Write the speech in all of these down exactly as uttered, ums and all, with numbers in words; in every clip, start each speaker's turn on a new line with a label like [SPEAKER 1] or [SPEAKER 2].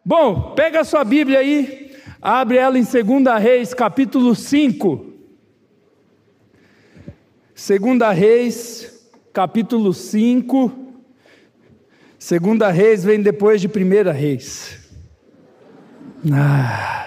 [SPEAKER 1] Bom, pega a sua Bíblia aí, abre ela em Segunda Reis, capítulo cinco. Segunda Reis, capítulo cinco. Segunda Reis vem depois de Primeira Reis. Ah.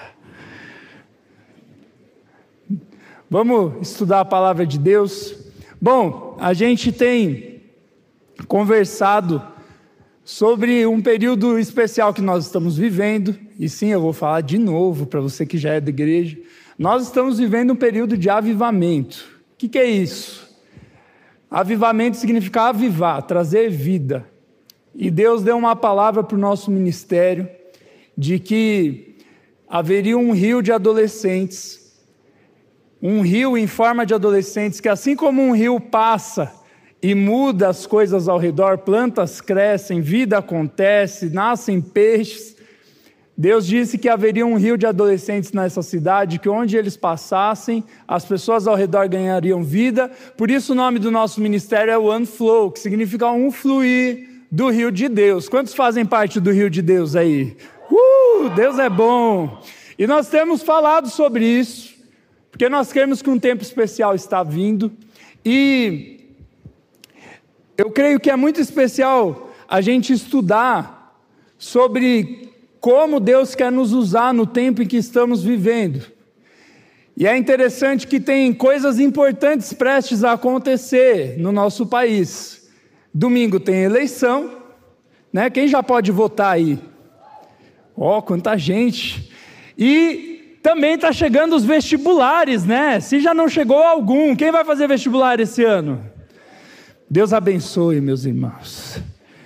[SPEAKER 1] Vamos estudar a palavra de Deus. Bom, a gente tem conversado sobre um período especial que nós estamos vivendo, e sim, eu vou falar de novo para você que já é da igreja. Nós estamos vivendo um período de avivamento. O que, que é isso? Avivamento significa avivar, trazer vida. E Deus deu uma palavra para o nosso ministério, de que haveria um rio de adolescentes, um rio em forma de adolescentes, que assim como um rio passa e muda as coisas ao redor, plantas crescem, vida acontece, nascem peixes. Deus disse que haveria um rio de adolescentes nessa cidade, que onde eles passassem, as pessoas ao redor ganhariam vida. Por isso o nome do nosso ministério é One Flow, que significa um fluir do rio de Deus. Quantos fazem parte do rio de Deus aí? Uh, Deus é bom! E nós temos falado sobre isso, porque nós queremos que um tempo especial está vindo, e eu creio que é muito especial a gente estudar sobre como Deus quer nos usar no tempo em que estamos vivendo. E é interessante que tem coisas importantes prestes a acontecer no nosso país. Domingo tem eleição, né? Quem já pode votar aí? Ó, oh, quanta gente! E também está chegando os vestibulares, né? Se já não chegou algum, quem vai fazer vestibular esse ano? Deus abençoe, meus irmãos.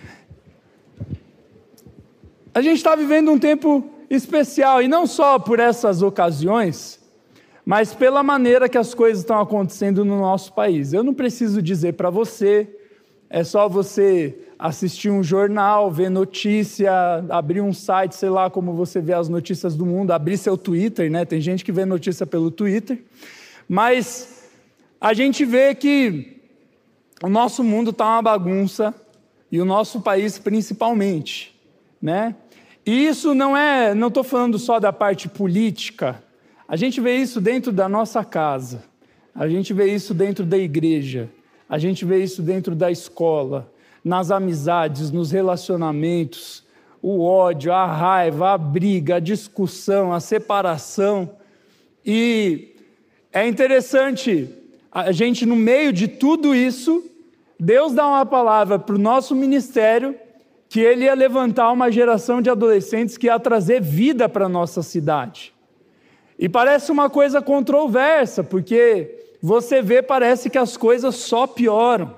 [SPEAKER 1] A gente está vivendo um tempo especial, e não só por essas ocasiões, mas pela maneira que as coisas estão acontecendo no nosso país. Eu não preciso dizer para você, é só você assistir um jornal, ver notícia, abrir um site, sei lá como você vê as notícias do mundo, abrir seu Twitter, né? Tem gente que vê notícia pelo Twitter, mas a gente vê que o nosso mundo está uma bagunça, e o nosso país principalmente, né? E isso não é, não estou falando só da parte política, a gente vê isso dentro da nossa casa, a gente vê isso dentro da igreja, a gente vê isso dentro da escola, nas amizades, nos relacionamentos, o ódio, a raiva, a briga, a discussão, a separação. E é interessante, a gente no meio de tudo isso, Deus dá uma palavra para o nosso ministério, que Ele ia levantar uma geração de adolescentes que ia trazer vida para a nossa cidade. E parece uma coisa controversa, porque você vê, parece que as coisas só pioram.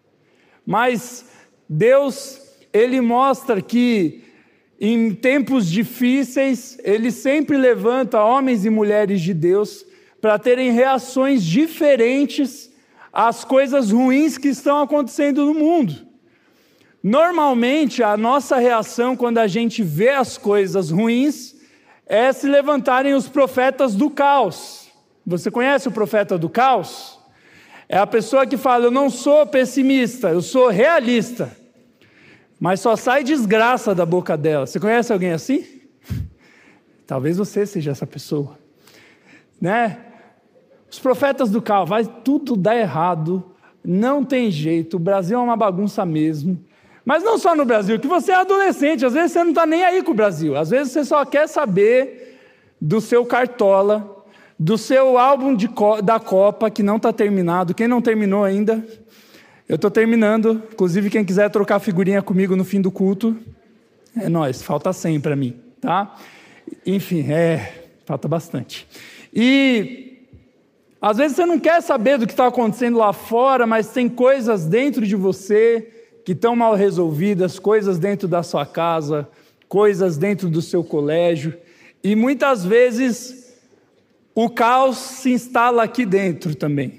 [SPEAKER 1] Mas Deus, Ele mostra que em tempos difíceis, Ele sempre levanta homens e mulheres de Deus para terem reações diferentes às coisas ruins que estão acontecendo no mundo. Normalmente, a nossa reação quando a gente vê as coisas ruins é se levantarem os profetas do caos. Você conhece o profeta do caos? É a pessoa que fala, eu não sou pessimista, eu sou realista. Mas só sai desgraça da boca dela. Você conhece alguém assim? Talvez você seja essa pessoa, né? Os profetas do caos, vai tudo dar errado, não tem jeito, o Brasil é uma bagunça mesmo. Mas não só no Brasil, que você é adolescente, às vezes você não está nem aí com o Brasil, às vezes você só quer saber do seu cartola, do seu álbum de, da Copa, que não está terminado. Quem não terminou ainda? Eu estou terminando, inclusive quem quiser trocar figurinha comigo no fim do culto, é nóis, falta cem para mim, tá? Enfim, é, falta bastante. E às vezes você não quer saber do que está acontecendo lá fora, mas tem coisas dentro de você que estão mal resolvidas, coisas dentro da sua casa, coisas dentro do seu colégio, e muitas vezes o caos se instala aqui dentro também.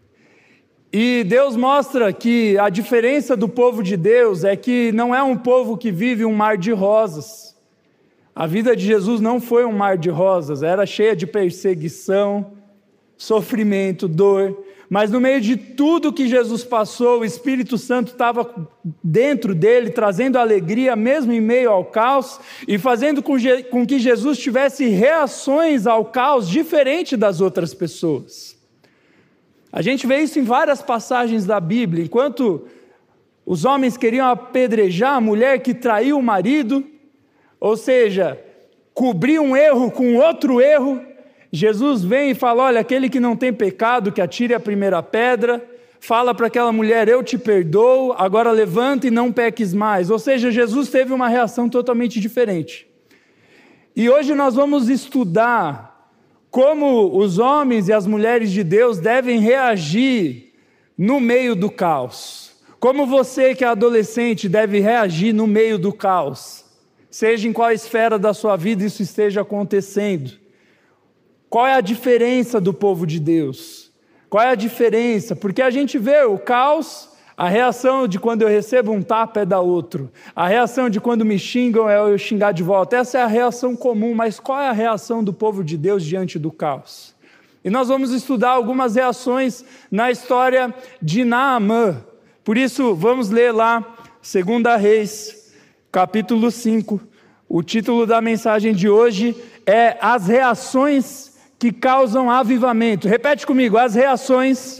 [SPEAKER 1] E Deus mostra que a diferença do povo de Deus é que não é um povo que vive um mar de rosas. A vida de Jesus não foi um mar de rosas, era cheia de perseguição, sofrimento, dor, mas no meio de tudo que Jesus passou, o Espírito Santo estava dentro dele, trazendo alegria mesmo em meio ao caos, e fazendo com, com que Jesus tivesse reações ao caos diferente das outras pessoas. A gente vê isso em várias passagens da Bíblia. Enquanto os homens queriam apedrejar a mulher que traiu o marido, ou seja, cobrir um erro com outro erro, Jesus vem e fala: olha, aquele que não tem pecado, que atire a primeira pedra. Fala para aquela mulher: eu te perdoo, agora levanta e não peques mais. Ou seja, Jesus teve uma reação totalmente diferente. E hoje nós vamos estudar como os homens e as mulheres de Deus devem reagir no meio do caos. Como você que é adolescente deve reagir no meio do caos, seja em qual esfera da sua vida isso esteja acontecendo. Qual é a diferença do povo de Deus? Qual é a diferença? Porque a gente vê o caos, a reação de quando eu recebo um tapa é da outro. A reação de quando me xingam é eu xingar de volta. Essa é a reação comum, mas qual é a reação do povo de Deus diante do caos? E nós vamos estudar algumas reações na história de Naamã. Por isso, vamos ler lá, Segunda Reis, capítulo cinco. O título da mensagem de hoje é As Reações que causam avivamento. Repete comigo: as reações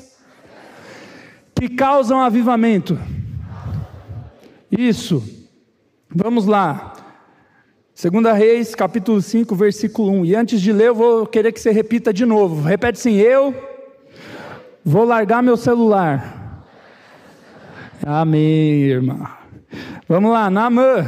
[SPEAKER 1] que causam avivamento. Isso. Vamos lá. Segunda Reis, capítulo cinco, versículo um. E antes de ler, eu vou querer que você repita de novo. Repete assim: eu vou largar meu celular. Amém, irmã. Vamos lá. Naamã,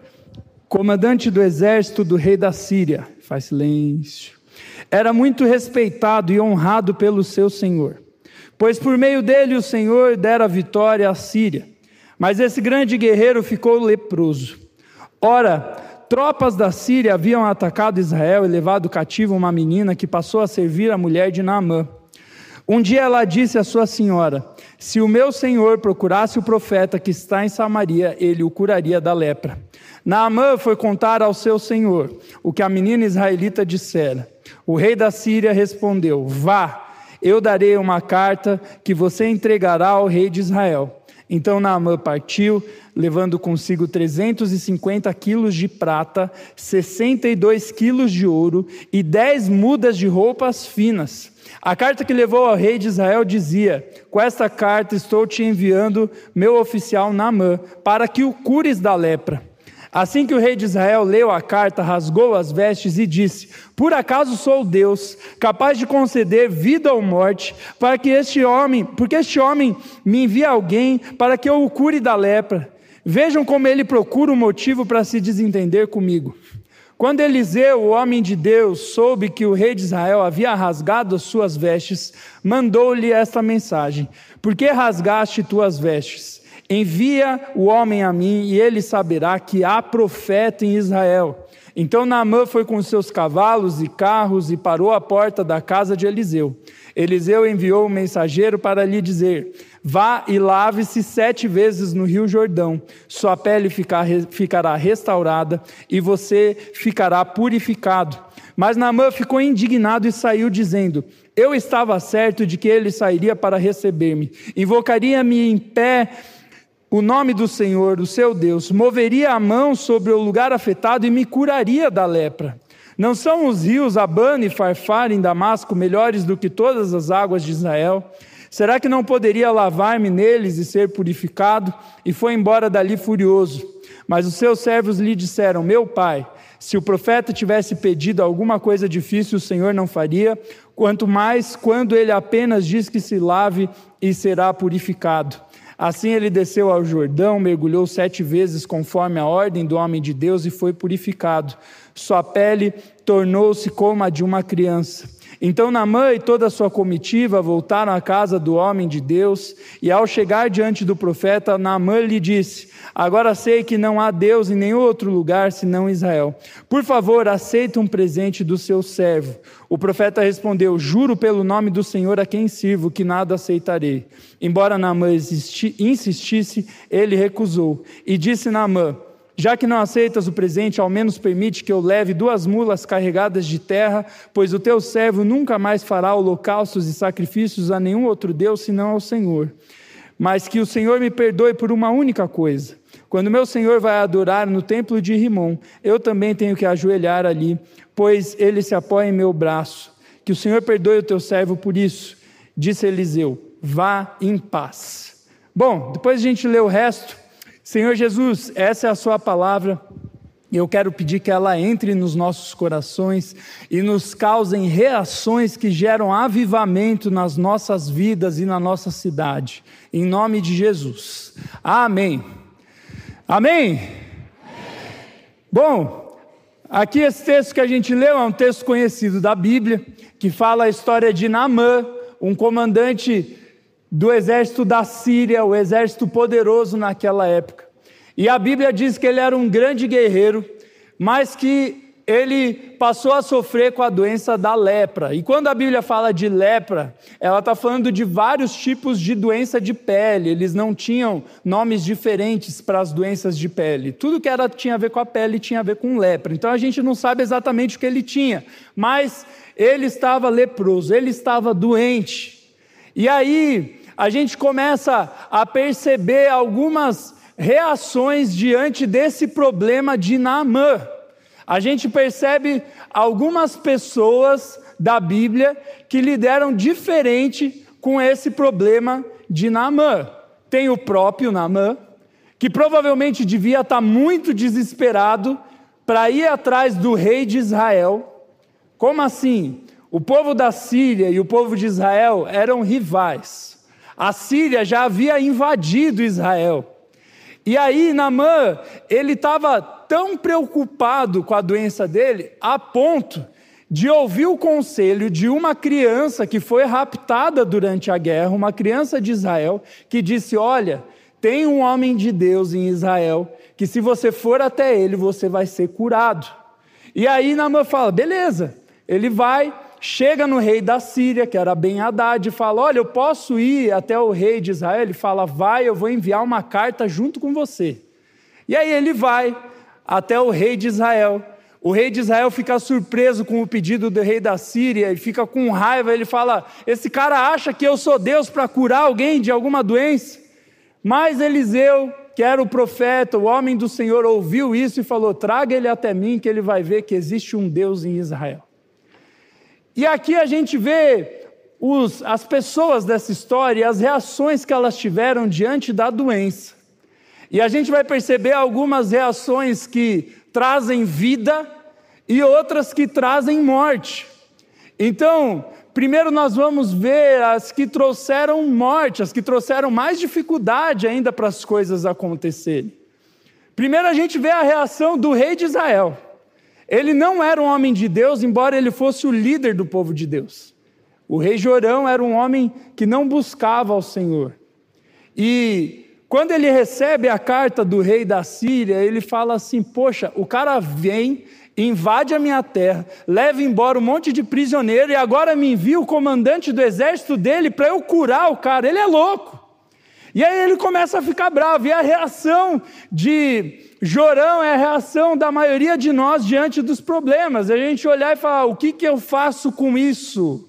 [SPEAKER 1] comandante do exército do rei da Síria. Faz silêncio. Era muito respeitado e honrado pelo seu senhor, pois por meio dele o Senhor dera vitória à Síria. Mas esse grande guerreiro ficou leproso. Ora, tropas da Síria haviam atacado Israel e levado cativo uma menina que passou a servir a mulher de Naamã. Um dia ela disse à sua senhora: se o meu senhor procurasse o profeta que está em Samaria, ele o curaria da lepra. Naamã foi contar ao seu senhor o que a menina israelita dissera. O rei da Síria respondeu: vá, eu darei uma carta que você entregará ao rei de Israel. Então Naamã partiu, levando consigo trezentos e cinquenta quilos de prata, sessenta e dois quilos de ouro e dez mudas de roupas finas. A carta que levou ao rei de Israel dizia: com esta carta estou te enviando meu oficial Naamã, para que o cures da lepra. Assim que o rei de Israel leu a carta, rasgou as vestes e disse: por acaso sou Deus, capaz de conceder vida ou morte, para que este homem, porque este homem me envia alguém para que eu o cure da lepra. Vejam como ele procura um motivo para se desentender comigo. Quando Eliseu, o homem de Deus, soube que o rei de Israel havia rasgado as suas vestes, mandou-lhe esta mensagem: por que rasgaste tuas vestes? Envia o homem a mim, e ele saberá que há profeta em Israel. Então Naamã foi com seus cavalos e carros e parou à porta da casa de Eliseu. Eliseu enviou um mensageiro para lhe dizer: vá e lave-se sete vezes no rio Jordão, sua pele ficará restaurada e você ficará purificado. Mas Naamã ficou indignado e saiu dizendo: eu estava certo de que ele sairia para receber-me, invocaria-me em pé o nome do Senhor, o seu Deus, moveria a mão sobre o lugar afetado e me curaria da lepra. Não são os rios Abana e Farfar em Damasco melhores do que todas as águas de Israel? Será que não poderia lavar-me neles e ser purificado? E foi embora dali furioso. Mas os seus servos lhe disseram: meu pai, se o profeta tivesse pedido alguma coisa difícil, o Senhor não faria, quanto mais quando ele apenas diz que se lave e será purificado. Assim ele desceu ao Jordão, mergulhou sete vezes conforme a ordem do homem de Deus e foi purificado. Sua pele tornou-se como a de uma criança. Então Naamã e toda a sua comitiva voltaram à casa do homem de Deus, e ao chegar diante do profeta, Naamã lhe disse: agora sei que não há Deus em nenhum outro lugar senão Israel. Por favor, aceita um presente do seu servo. O profeta respondeu: juro pelo nome do Senhor a quem sirvo que nada aceitarei. Embora Naamã insistisse, ele recusou. E disse Naamã: Já que não aceitas o presente, ao menos permite que eu leve duas mulas carregadas de terra, pois o teu servo nunca mais fará holocaustos e sacrifícios a nenhum outro Deus, senão ao Senhor. Mas que o Senhor me perdoe por uma única coisa. Quando meu Senhor vai adorar no templo de Rimom, eu também tenho que ajoelhar ali, pois ele se apoia em meu braço. Que o Senhor perdoe o teu servo por isso. Disse Eliseu, vá em paz. Bom, depois a gente lê o resto. Senhor Jesus, essa é a sua palavra, e eu quero pedir que ela entre nos nossos corações e nos causem reações que geram avivamento nas nossas vidas e na nossa cidade, em nome de Jesus, amém, amém? Bom, aqui esse texto que a gente leu é um texto conhecido da Bíblia, que fala a história de Naamã, um comandante do exército da Síria, o exército poderoso naquela época. E a Bíblia diz que ele era um grande guerreiro, mas que ele passou a sofrer com a doença da lepra. E quando a Bíblia fala de lepra, ela está falando de vários tipos de doença de pele. Eles não tinham nomes diferentes para as doenças de pele. Tudo que era, tinha a ver com a pele tinha a ver com lepra. Então a gente não sabe exatamente o que ele tinha, mas ele estava leproso, ele estava doente. E aí a gente começa a perceber algumas reações diante desse problema de Naamã. A gente percebe algumas pessoas da Bíblia que lidaram diferente com esse problema de Naamã. Tem o próprio Naamã, que provavelmente devia estar muito desesperado para ir atrás do rei de Israel. Como assim? O povo da Síria e o povo de Israel eram rivais. A Síria já havia invadido Israel. E aí Naamã, ele estava tão preocupado com a doença dele, a ponto de ouvir o conselho de uma criança que foi raptada durante a guerra, uma criança de Israel, que disse, olha, tem um homem de Deus em Israel, que se você for até ele, você vai ser curado. E aí Naamã fala, beleza, ele vai... Chega no rei da Síria, que era Ben-Hadad, e fala, olha, eu posso ir até o rei de Israel? Ele fala, vai, eu vou enviar uma carta junto com você. E aí ele vai até o rei de Israel. O rei de Israel fica surpreso com o pedido do rei da Síria e fica com raiva. Ele fala, esse cara acha que eu sou Deus para curar alguém de alguma doença? Mas Eliseu, que era o profeta, o homem do Senhor, ouviu isso e falou, traga ele até mim que ele vai ver que existe um Deus em Israel. E aqui a gente vê os, as pessoas dessa história e as reações que elas tiveram diante da doença. E a gente vai perceber algumas reações que trazem vida e outras que trazem morte. Então, primeiro nós vamos ver as que trouxeram morte, as que trouxeram mais dificuldade ainda para as coisas acontecerem. Primeiro a gente vê a reação do rei de Israel. Ele não era um homem de Deus, embora ele fosse o líder do povo de Deus. O rei Jorão era um homem que não buscava ao Senhor. E quando ele recebe a carta do rei da Síria, ele fala assim, poxa, o cara vem, invade a minha terra, leva embora um monte de prisioneiro e agora me envia o comandante do exército dele para eu curar o cara, ele é louco. E aí ele começa a ficar bravo, e a reação de Jorão é a reação da maioria de nós diante dos problemas. A gente olhar e falar, o que, que eu faço com isso?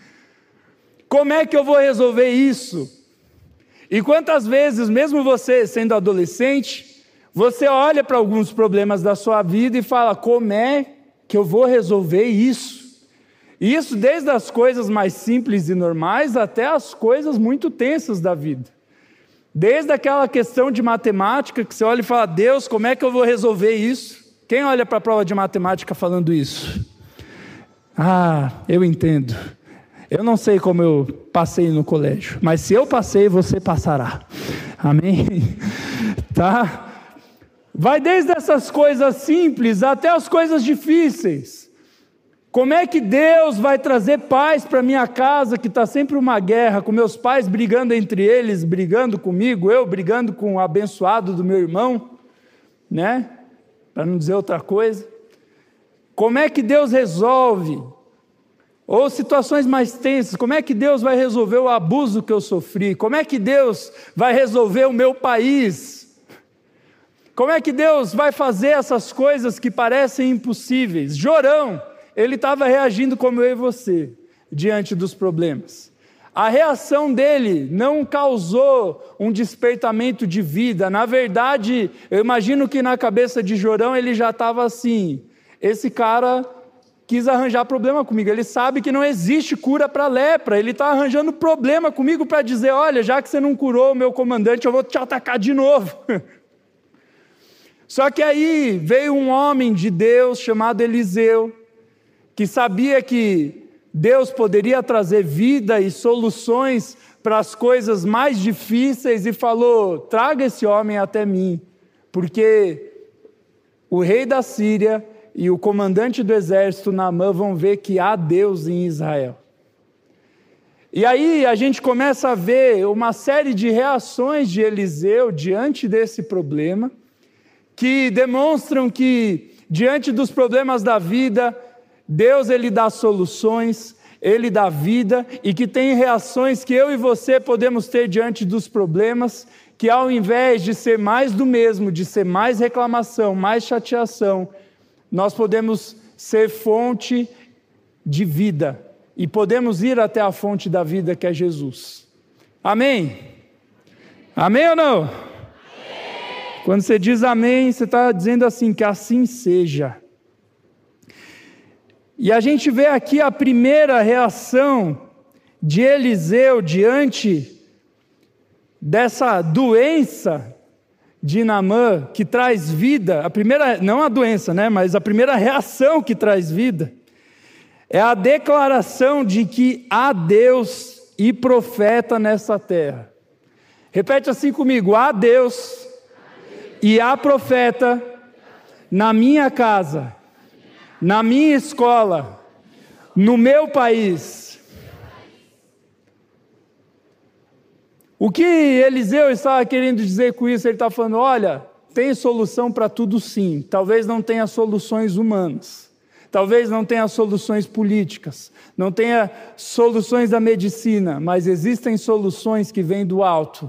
[SPEAKER 1] Como é que eu vou resolver isso? E quantas vezes, mesmo você sendo adolescente, você olha para alguns problemas da sua vida e fala, como é que eu vou resolver isso? E isso desde as coisas mais simples e normais até as coisas muito tensas da vida. Desde aquela questão de matemática, que você olha e fala, Deus, como é que eu vou resolver isso? Quem olha para a prova de matemática falando isso? Ah, eu entendo. Eu não sei como eu passei no colégio, mas se eu passei, você passará. Amém? Tá? Vai desde essas coisas simples até as coisas difíceis. Como é que Deus vai trazer paz para minha casa, que está sempre uma guerra, com meus pais brigando entre eles, brigando comigo, eu brigando com o abençoado do meu irmão, né? Para não dizer outra coisa. Como é que Deus resolve? Ou situações mais tensas, como é que Deus vai resolver o abuso que eu sofri? Como é que Deus vai resolver o meu país? Como é que Deus vai fazer essas coisas que parecem impossíveis? Jorão, ele estava reagindo como eu e você, diante dos problemas. A reação dele não causou um despertamento de vida. Na verdade, eu imagino que na cabeça de Jorão ele já estava assim: esse cara quis arranjar problema comigo, ele sabe que não existe cura para lepra, ele está arranjando problema comigo para dizer: olha, já que você não curou o meu comandante, eu vou te atacar de novo. Só que aí veio um homem de Deus chamado Eliseu, que sabia que Deus poderia trazer vida e soluções para as coisas mais difíceis, e falou: traga esse homem até mim, porque o rei da Síria e o comandante do exército Naamã vão ver que há Deus em Israel. E aí a gente começa a ver uma série de reações de Eliseu diante desse problema, que demonstram que diante dos problemas da vida, Deus ele dá soluções, ele dá vida, e que tem reações que eu e você podemos ter diante dos problemas, que ao invés de ser mais do mesmo, de ser mais reclamação, mais chateação, nós podemos ser fonte de vida, e podemos ir até a fonte da vida, que é Jesus. Amém? Amém ou não? Amém. Quando você diz amém, você está dizendo assim: que assim seja. E a gente vê aqui a primeira reação de Eliseu diante dessa doença de Naamã, que traz vida. A primeira, não a doença, né, mas a primeira reação que traz vida, é a declaração de que há Deus e profeta nessa terra. Repete assim comigo: há Deus e há profeta na minha casa, na minha escola, no meu país. O que Eliseu estava querendo dizer com isso? Ele está falando: olha, tem solução para tudo sim, talvez não tenha soluções humanas, talvez não tenha soluções políticas, não tenha soluções da medicina, mas existem soluções que vêm do alto.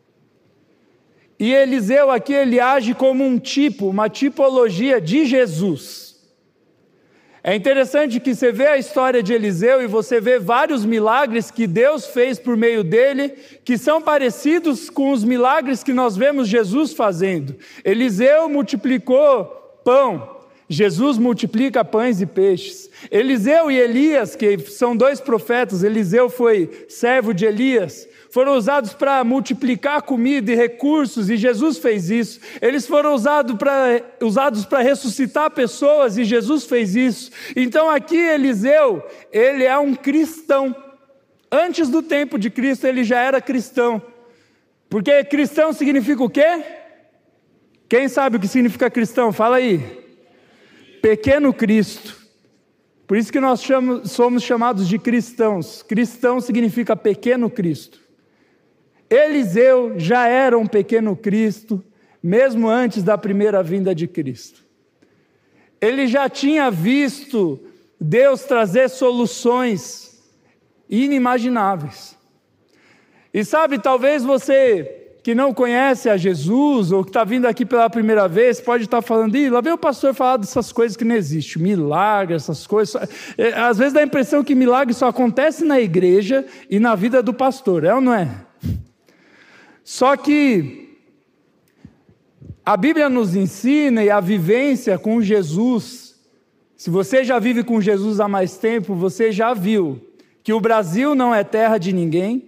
[SPEAKER 1] E Eliseu aqui, ele age como um tipo, uma tipologia de Jesus. É interessante que você vê a história de Eliseu e você vê vários milagres que Deus fez por meio dele, que são parecidos com os milagres que nós vemos Jesus fazendo. Eliseu multiplicou pão, Jesus multiplica pães e peixes. Eliseu e Elias, que são dois profetas, Eliseu foi servo de Elias, foram usados para multiplicar comida e recursos, e Jesus fez isso. Eles foram usados para usados para ressuscitar pessoas, e Jesus fez isso. Então aqui Eliseu, ele é um cristão. Antes do tempo de Cristo ele já era cristão. Porque cristão significa o quê? Quem sabe o que significa cristão? Fala aí. Pequeno Cristo. Por isso que nós chamamos, somos chamados de cristãos. Cristão significa pequeno Cristo. Eliseu já era um pequeno Cristo, mesmo antes da primeira vinda de Cristo. Ele já tinha visto Deus trazer soluções inimagináveis. E sabe, talvez você que não conhece a Jesus, ou que está vindo aqui pela primeira vez, pode estar falando: Ih, lá vem o pastor falar dessas coisas que não existem, milagre, essas coisas. Às vezes dá a impressão que milagre só acontece na igreja e na vida do pastor, é ou não é? Só que a Bíblia nos ensina, e a vivência com Jesus, se você já vive com Jesus há mais tempo, você já viu que o Brasil não é terra de ninguém,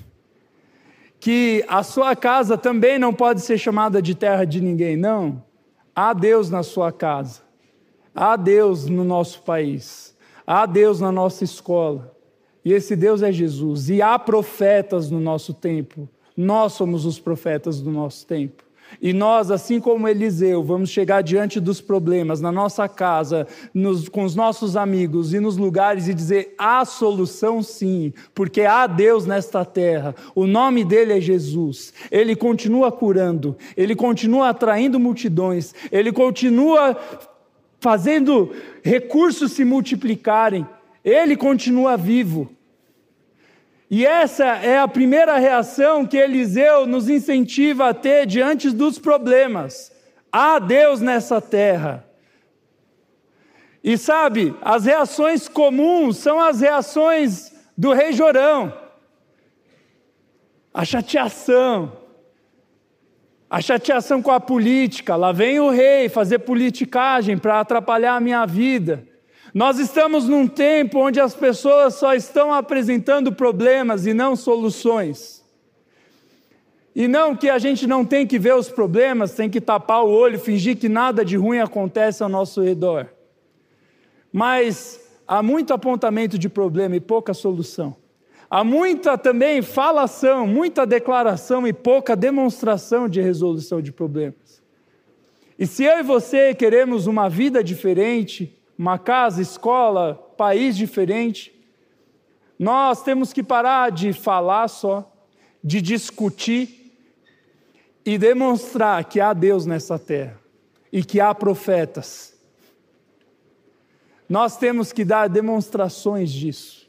[SPEAKER 1] que a sua casa também não pode ser chamada de terra de ninguém, não. Há Deus na sua casa, há Deus no nosso país, há Deus na nossa escola, e esse Deus é Jesus, e há profetas no nosso tempo. Nós somos os profetas do nosso tempo. E nós, assim como Eliseu, vamos chegar diante dos problemas, na nossa casa, nos, com os nossos amigos e nos lugares, e dizer: há solução sim, porque há Deus nesta terra. O nome dele é Jesus. Ele continua curando, ele continua atraindo multidões, ele continua fazendo recursos se multiplicarem, ele continua vivo. E essa é a primeira reação que Eliseu nos incentiva a ter diante dos problemas. Há Deus nessa terra. E sabe, as reações comuns são as reações do rei Jorão. A chateação. A chateação com a política. Lá vem o rei fazer politicagem para atrapalhar a minha vida. Nós estamos num tempo onde as pessoas só estão apresentando problemas e não soluções. E não que a gente não tem que ver os problemas, tem que tapar o olho, fingir que nada de ruim acontece ao nosso redor. Mas há muito apontamento de problema e pouca solução. Há muita também falação, muita declaração e pouca demonstração de resolução de problemas. E se eu e você queremos uma vida diferente, uma casa, escola, país diferente, nós temos que parar de falar só, de discutir e demonstrar que há Deus nessa terra e que há profetas. Nós temos que dar demonstrações disso,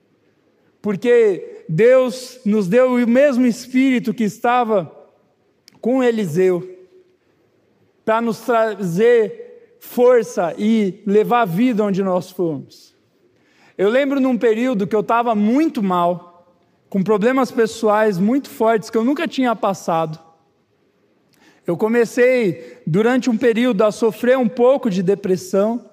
[SPEAKER 1] porque Deus nos deu o mesmo Espírito que estava com Eliseu, para nos trazer força e levar a vida onde nós fomos. Eu lembro num período que eu estava muito mal, com problemas pessoais muito fortes que eu nunca tinha passado. Eu comecei, durante um período, a sofrer um pouco de depressão.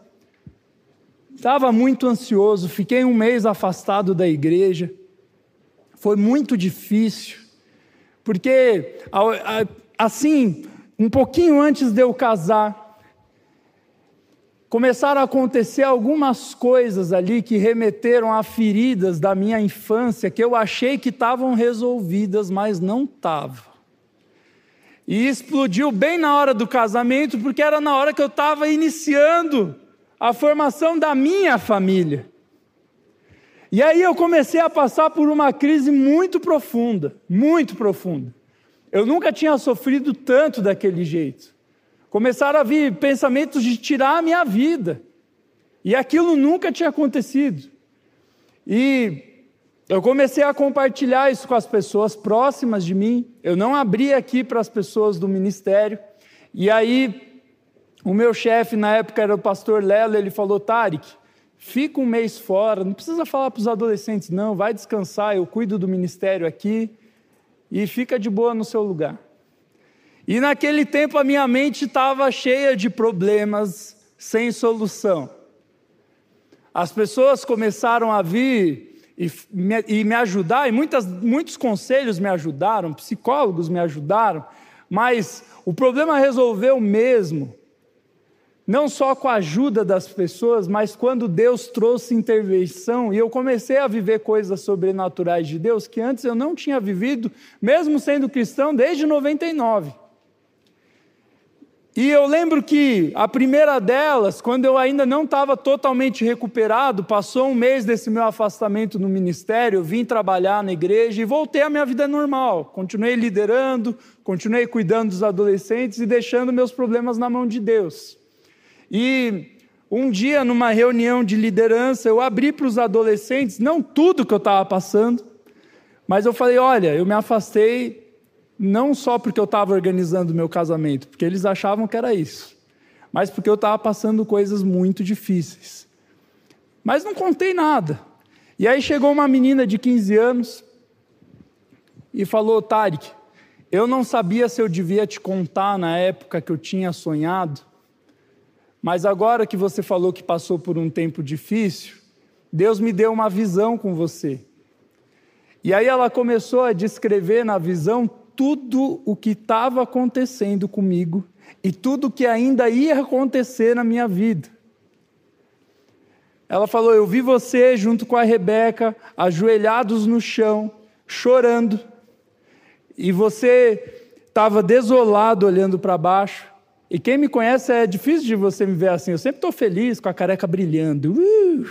[SPEAKER 1] Estava muito ansioso, fiquei um mês afastado da igreja. Foi muito difícil, porque, assim, um pouquinho antes de eu casar, começaram a acontecer algumas coisas ali que remeteram a feridas da minha infância, que eu achei que estavam resolvidas, mas não estavam. E explodiu bem na hora do casamento, porque era na hora que eu estava iniciando a formação da minha família. E aí eu comecei a passar por uma crise muito profunda, muito profunda. Eu nunca tinha sofrido tanto daquele jeito. Começaram a vir pensamentos de tirar a minha vida. E aquilo nunca tinha acontecido. E eu comecei a compartilhar isso com as pessoas próximas de mim. Eu não abri aqui para as pessoas do ministério. E aí, o meu chefe na época era o pastor Lelo, ele falou: Tarek, fica um mês fora, não precisa falar para os adolescentes não, vai descansar, eu cuido do ministério aqui e fica de boa no seu lugar. E naquele tempo a minha mente estava cheia de problemas sem solução. As pessoas começaram a vir e me, e me ajudar, e muitas, muitos conselhos me ajudaram, psicólogos me ajudaram, mas o problema resolveu mesmo, não só com a ajuda das pessoas, mas quando Deus trouxe intervenção, e eu comecei a viver coisas sobrenaturais de Deus, que antes eu não tinha vivido, mesmo sendo cristão, desde noventa e nove. E eu lembro que a primeira delas, quando eu ainda não estava totalmente recuperado, passou um mês desse meu afastamento no ministério, eu vim trabalhar na igreja e voltei à minha vida normal. Continuei liderando, continuei cuidando dos adolescentes e deixando meus problemas na mão de Deus. E um dia, numa reunião de liderança, eu abri para os adolescentes, não tudo que eu estava passando, mas eu falei: olha, eu me afastei não só porque eu estava organizando o meu casamento, porque eles achavam que era isso, mas porque eu estava passando coisas muito difíceis. Mas não contei nada. E aí chegou uma menina de quinze anos e falou: Tarek, eu não sabia se eu devia te contar na época que eu tinha sonhado, mas agora que você falou que passou por um tempo difícil, Deus me deu uma visão com você. E aí ela começou a descrever na visão tudo o que estava acontecendo comigo e tudo o que ainda ia acontecer na minha vida. Ela falou: eu vi você junto com a Rebeca, ajoelhados no chão, chorando, e você estava desolado olhando para baixo. E quem me conhece, é difícil de você me ver assim, eu sempre estou feliz, com a careca brilhando. Uh!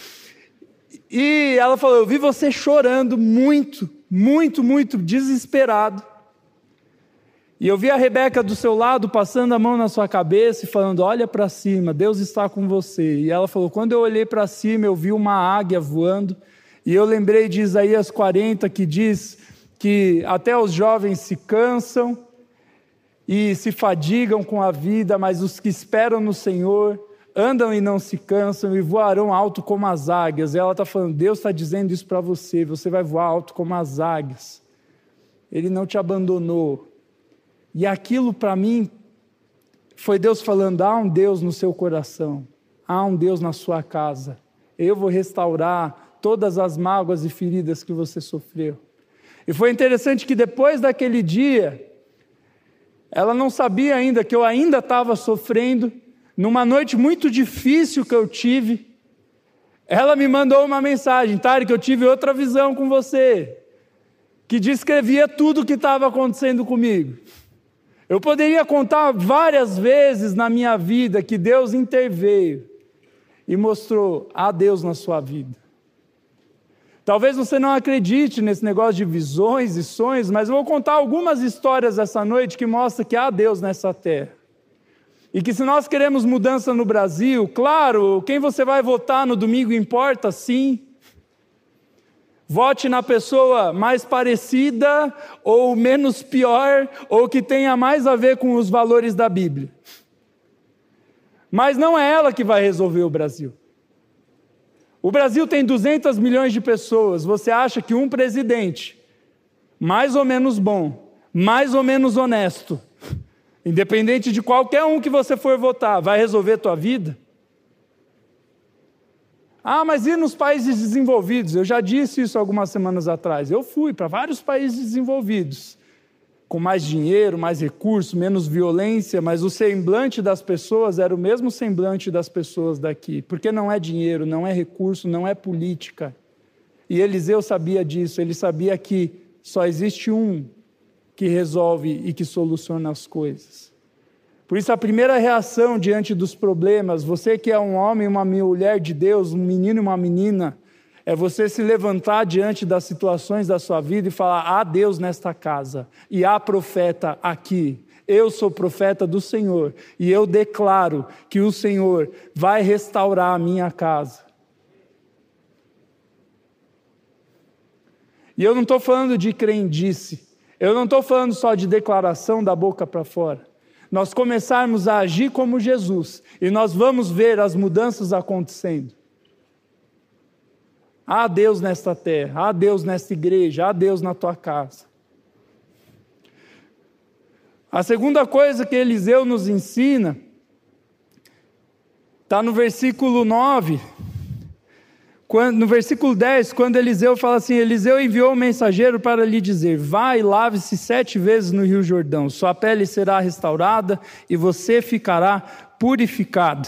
[SPEAKER 1] E ela falou: eu vi você chorando muito, muito, muito desesperado. E eu vi a Rebeca do seu lado, passando a mão na sua cabeça e falando: olha para cima, Deus está com você. E ela falou: quando eu olhei para cima, eu vi uma águia voando, e eu lembrei de Isaías quarenta, que diz que até os jovens se cansam, e se fadigam com a vida, mas os que esperam no Senhor andam e não se cansam e voarão alto como as águias. E ela está falando, Deus está dizendo isso para você, você vai voar alto como as águias. Ele não te abandonou. E aquilo para mim foi Deus falando, há um Deus no seu coração, há um Deus na sua casa. Eu vou restaurar todas as mágoas e feridas que você sofreu. E foi interessante que depois daquele dia, ela não sabia ainda que eu ainda estava sofrendo, numa noite muito difícil que eu tive, ela me mandou uma mensagem, Tarek, eu tive outra visão com você, que descrevia tudo o que estava acontecendo comigo. Eu poderia contar várias vezes na minha vida que Deus interveio e mostrou a Deus na sua vida. Talvez você não acredite nesse negócio de visões e sonhos, mas eu vou contar algumas histórias essa noite que mostram que há Deus nessa terra. E que se nós queremos mudança no Brasil, claro, quem você vai votar no domingo importa, sim. Vote na pessoa mais parecida ou menos pior, ou que tenha mais a ver com os valores da Bíblia. Mas não é ela que vai resolver o Brasil. O Brasil tem duzentos milhões de pessoas. Você acha que um presidente, mais ou menos bom, mais ou menos honesto, independente de qualquer um que você for votar, vai resolver a tua vida? Ah, mas e nos países desenvolvidos? Eu já disse isso algumas semanas atrás. Eu fui para vários países desenvolvidos, com mais dinheiro, mais recursos, menos violência, mas o semblante das pessoas era o mesmo semblante das pessoas daqui, porque não é dinheiro, não é recurso, não é política. E Eliseu sabia disso, ele sabia que só existe um que resolve e que soluciona as coisas. Por isso a primeira reação diante dos problemas, você que é um homem e uma mulher de Deus, um menino e uma menina, é você se levantar diante das situações da sua vida e falar, há Deus nesta casa, e há profeta aqui. Eu sou profeta do Senhor, e eu declaro que o Senhor vai restaurar a minha casa. E eu não estou falando de crendice, eu não estou falando só de declaração da boca para fora. Nós começarmos a agir como Jesus, e nós vamos ver as mudanças acontecendo. Há Deus nesta terra, há Deus nesta igreja, há Deus na tua casa. A segunda coisa que Eliseu nos ensina, está no versículo nove, quando, no versículo dez, quando Eliseu fala assim, Eliseu enviou um mensageiro para lhe dizer, vai e lave-se sete vezes no rio Jordão, sua pele será restaurada e você ficará purificado.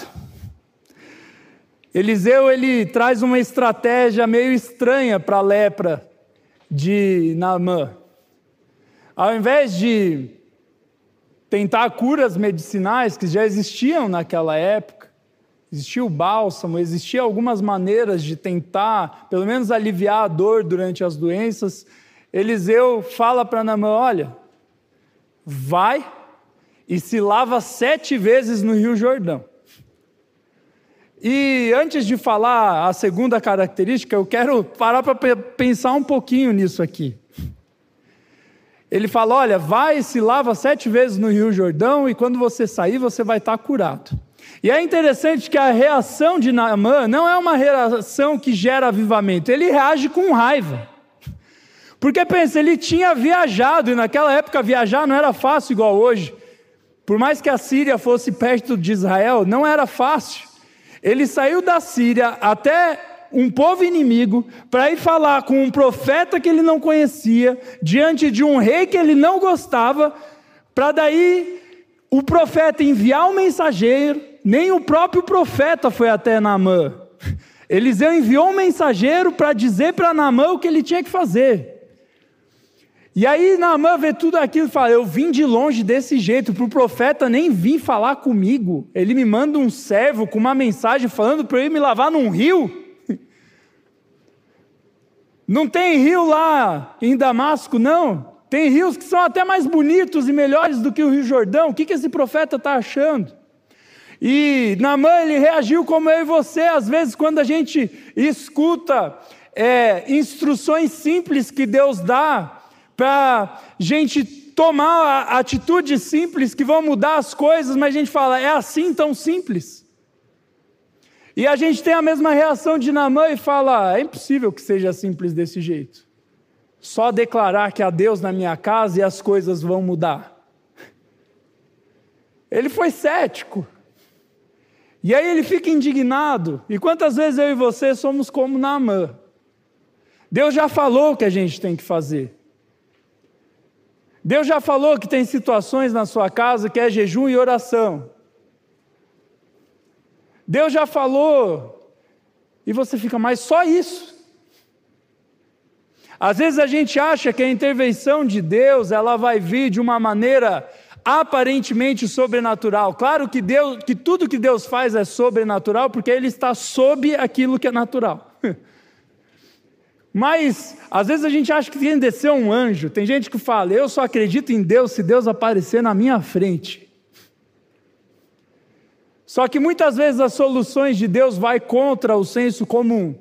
[SPEAKER 1] Eliseu, ele traz uma estratégia meio estranha para a lepra de Naamã. Ao invés de tentar curas medicinais que já existiam naquela época, existia o bálsamo, existia algumas maneiras de tentar, pelo menos aliviar a dor durante as doenças, Eliseu fala para Naamã, olha, vai e se lava sete vezes no rio Jordão. E antes de falar a segunda característica, eu quero parar para pensar um pouquinho nisso aqui. Ele fala, olha, vai e se lava sete vezes no rio Jordão e quando você sair, você vai estar curado. E é interessante que a reação de Naamã não é uma reação que gera avivamento, ele reage com raiva. Porque pensa, ele tinha viajado, e naquela época viajar não era fácil igual hoje. Por mais que a Síria fosse perto de Israel, não era fácil. Ele saiu da Síria até um povo inimigo para ir falar com um profeta que ele não conhecia, diante de um rei que ele não gostava, para daí o profeta enviar um mensageiro, nem o próprio profeta foi até Naamã. Eliseu enviou um mensageiro para dizer para Naamã o que ele tinha que fazer. E aí Naamã vê tudo aquilo e fala, eu vim de longe desse jeito, para o profeta nem vir falar comigo, ele me manda um servo com uma mensagem falando para eu ir me lavar num rio. Não tem rio lá em Damasco, não. Tem rios que são até mais bonitos e melhores do que o Rio Jordão. O que, que esse profeta está achando? E Naamã, ele reagiu como eu e você, às vezes quando a gente escuta é, instruções simples que Deus dá, para gente tomar atitudes simples que vão mudar as coisas, mas a gente fala, é assim tão simples? E a gente tem a mesma reação de Naamã e fala, é impossível que seja simples desse jeito. Só declarar que há Deus na minha casa e as coisas vão mudar. Ele foi cético. E aí ele fica indignado. E quantas vezes eu e você somos como Naamã? Deus já falou o que a gente tem que fazer. Deus já falou que tem situações na sua casa que é jejum e oração. Deus já falou. E você fica, mas só isso? Às vezes a gente acha que a intervenção de Deus, ela vai vir de uma maneira aparentemente sobrenatural. Claro que, Deus, que tudo que Deus faz é sobrenatural, porque Ele está sob aquilo que é natural. Mas, às vezes a gente acha que tem que descer um anjo. Tem gente que fala, eu só acredito em Deus se Deus aparecer na minha frente. Só que muitas vezes as soluções de Deus vai contra o senso comum.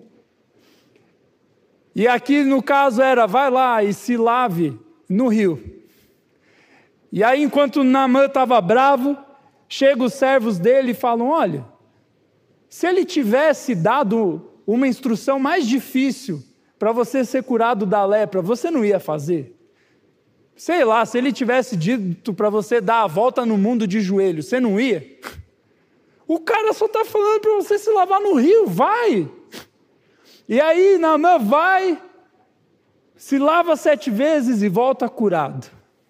[SPEAKER 1] E aqui no caso era, vai lá e se lave no rio. E aí enquanto Naamã estava bravo, chegam os servos dele e falam, olha, se ele tivesse dado uma instrução mais difícil para você ser curado da lepra, você não ia fazer? Sei lá, se ele tivesse dito para você dar a volta no mundo de joelho, você não ia? O cara só está falando para você se lavar no rio, vai! E aí Naamã vai, se lava sete vezes e volta curado.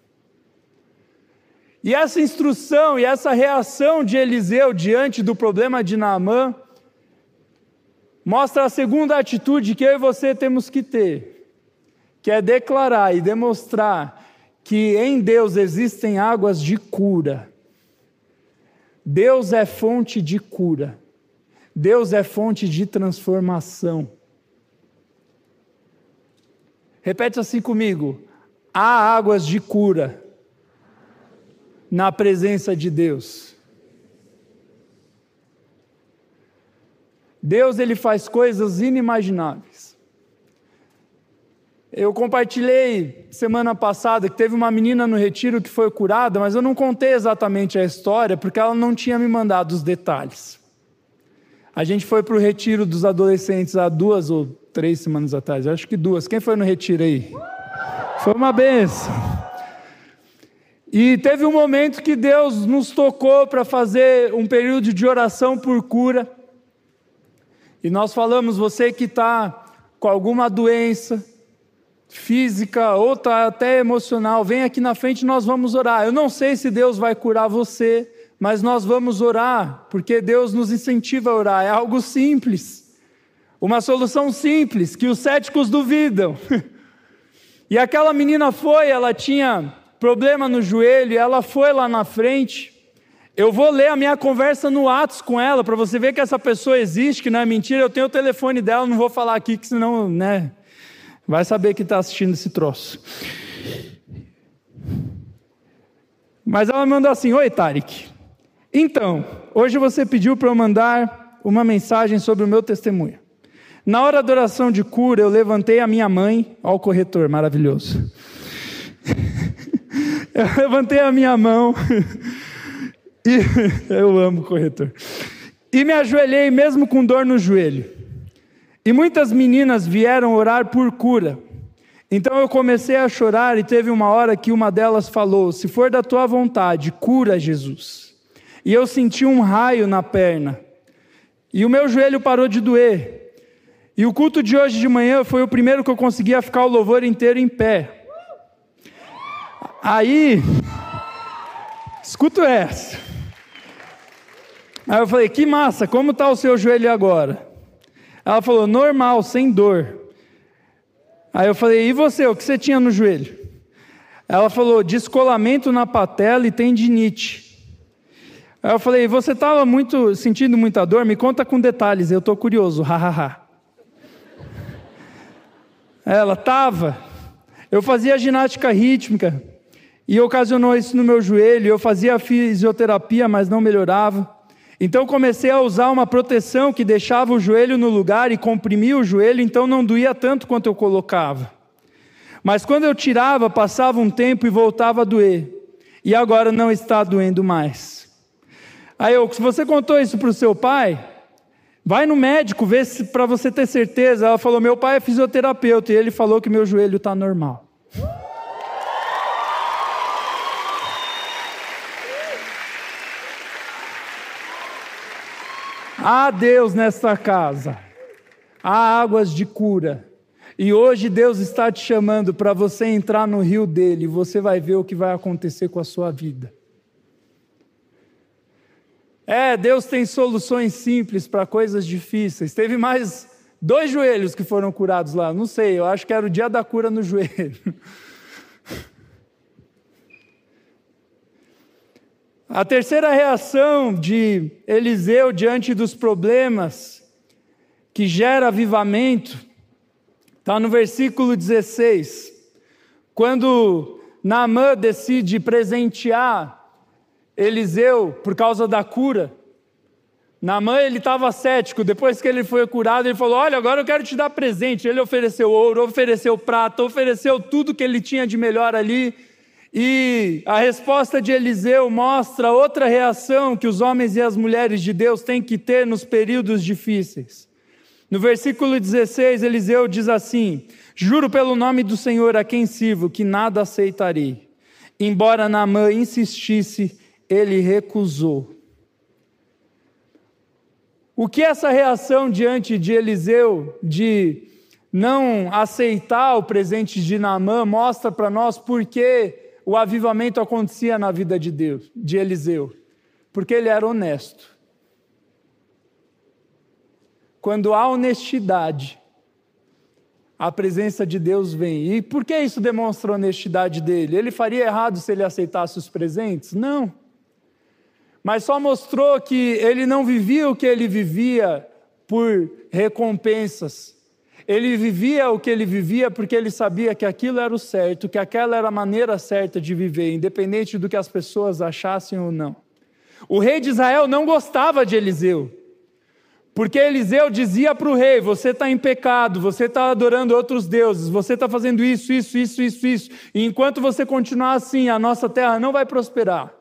[SPEAKER 1] E essa instrução e essa reação de Eliseu diante do problema de Naamã mostra a segunda atitude que eu e você temos que ter, que é declarar e demonstrar que em Deus existem águas de cura. Deus é fonte de cura. Deus é fonte de transformação. Repete assim comigo, há águas de cura na presença de Deus. Deus, Ele faz coisas inimagináveis. Eu compartilhei semana passada que teve uma menina no retiro que foi curada, mas eu não contei exatamente a história, porque ela não tinha me mandado os detalhes. A gente foi para o retiro dos adolescentes há duas ou três semanas atrás, eu acho que duas. Quem foi no retiro aí? Foi uma benção. E teve um momento que Deus nos tocou para fazer um período de oração por cura. E nós falamos, você que está com alguma doença física ou está até emocional, vem aqui na frente e nós vamos orar. Eu não sei se Deus vai curar você, mas nós vamos orar, porque Deus nos incentiva a orar. É algo simples, uma solução simples, que os céticos duvidam. E aquela menina foi, ela tinha problema no joelho, ela foi lá na frente. Eu vou ler a minha conversa no Atos com ela, para você ver que essa pessoa existe, que não é mentira. Eu tenho o telefone dela, não vou falar aqui, que senão, né, vai saber que está assistindo esse troço. Mas ela mandou assim, oi Tarek, então, hoje você pediu para eu mandar uma mensagem sobre o meu testemunho. Na hora da oração de cura, eu levantei a minha mãe, ó o corretor maravilhoso. Eu levantei a minha mão, e eu amo o corretor, e me ajoelhei mesmo com dor no joelho. E muitas meninas vieram orar por cura. Então eu comecei a chorar e teve uma hora que uma delas falou, se for da tua vontade, cura Jesus. E eu senti um raio na perna. E o meu joelho parou de doer. E o culto de hoje de manhã foi o primeiro que eu conseguia ficar o louvor inteiro em pé. Aí, escuta essa. Aí eu falei, que massa, como está o seu joelho agora? Ela falou, normal, sem dor. Aí eu falei, e você, o que você tinha no joelho? Ela falou, descolamento na patela e tendinite. Aí eu falei, você estava muito, sentindo muita dor? Me conta com detalhes, eu estou curioso, hahaha. Ela estava. Eu fazia ginástica rítmica e ocasionou isso no meu joelho. Eu fazia fisioterapia, mas não melhorava. Então comecei a usar uma proteção que deixava o joelho no lugar e comprimia o joelho, então não doía tanto quanto eu colocava. Mas quando eu tirava, passava um tempo e voltava a doer. E agora não está doendo mais. Aí eu, se você contou isso para o seu pai, vai no médico, vê se para você ter certeza. Ela falou, meu pai é fisioterapeuta e ele falou que meu joelho está normal. Há Deus nesta casa, há águas de cura, e hoje Deus está te chamando para você entrar no rio dele, e você vai ver o que vai acontecer com a sua vida. É, Deus tem soluções simples para coisas difíceis. Teve mais dois joelhos que foram curados lá, não sei, eu acho que era o dia da cura no joelho. A terceira reação de Eliseu diante dos problemas que gera avivamento está no versículo dezesseis. Quando Naamã decide presentear Eliseu por causa da cura. Naamã, ele estava cético, depois que ele foi curado, ele falou, olha, agora eu quero te dar presente. Ele ofereceu ouro, ofereceu prata, ofereceu tudo que ele tinha de melhor ali. E a resposta de Eliseu mostra outra reação que os homens e as mulheres de Deus têm que ter nos períodos difíceis. No versículo dezesseis, Eliseu diz assim, juro pelo nome do Senhor a quem sirvo, que nada aceitarei. Embora Naamã insistisse, ele recusou. O que essa reação diante de Eliseu, de não aceitar o presente de Naamã, mostra para nós por que o avivamento acontecia na vida de Deus, de Eliseu? Porque ele era honesto. Quando há honestidade, a presença de Deus vem. E por que isso demonstra a honestidade dele? Ele faria errado se ele aceitasse os presentes? Não. Mas só mostrou que ele não vivia o que ele vivia por recompensas. Ele vivia o que ele vivia porque ele sabia que aquilo era o certo, que aquela era a maneira certa de viver, independente do que as pessoas achassem ou não. O rei de Israel não gostava de Eliseu, porque Eliseu dizia para o rei, você está em pecado, você está adorando outros deuses, você está fazendo isso, isso, isso, isso, isso, e enquanto você continuar assim, a nossa terra não vai prosperar.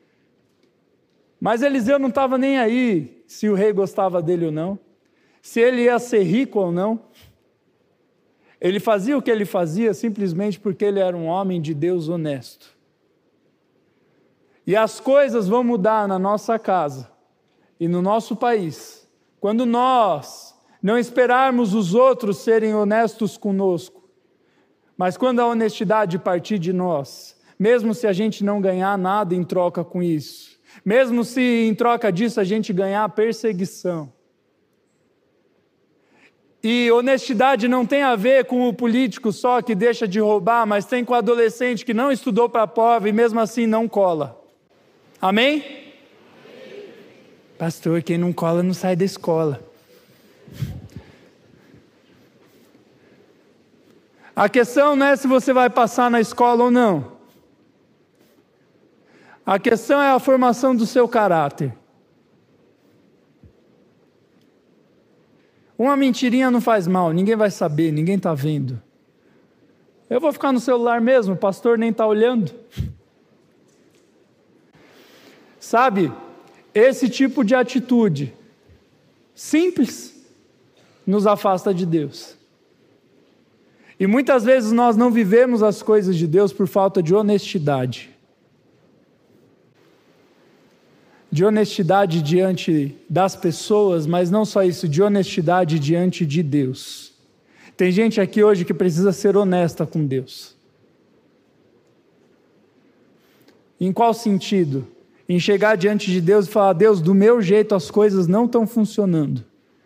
[SPEAKER 1] Mas Eliseu não estava nem aí se o rei gostava dele ou não, se ele ia ser rico ou não. Ele fazia o que ele fazia simplesmente porque ele era um homem de Deus honesto. E as coisas vão mudar na nossa casa e no nosso país, quando nós não esperarmos os outros serem honestos conosco, mas quando a honestidade partir de nós, mesmo se a gente não ganhar nada em troca com isso, mesmo se em troca disso a gente ganhar perseguição. E honestidade não tem a ver com o político só que deixa de roubar, mas tem com o adolescente que não estudou para a prova e mesmo assim não cola. Amém? Amém? Pastor, quem não cola não sai da escola. A questão não é se você vai passar na escola ou não. A questão é a formação do seu caráter. Uma mentirinha não faz mal, ninguém vai saber, ninguém está vendo. Eu vou ficar no celular mesmo, o pastor nem está olhando. Sabe, esse tipo de atitude simples nos afasta de Deus. E muitas vezes nós não vivemos as coisas de Deus por falta de honestidade. De honestidade diante das pessoas, mas não só isso, de honestidade diante de Deus. Tem gente aqui hoje que precisa ser honesta com Deus. Em qual sentido? Em chegar diante de Deus e falar, Deus, do meu jeito as coisas não estão funcionando.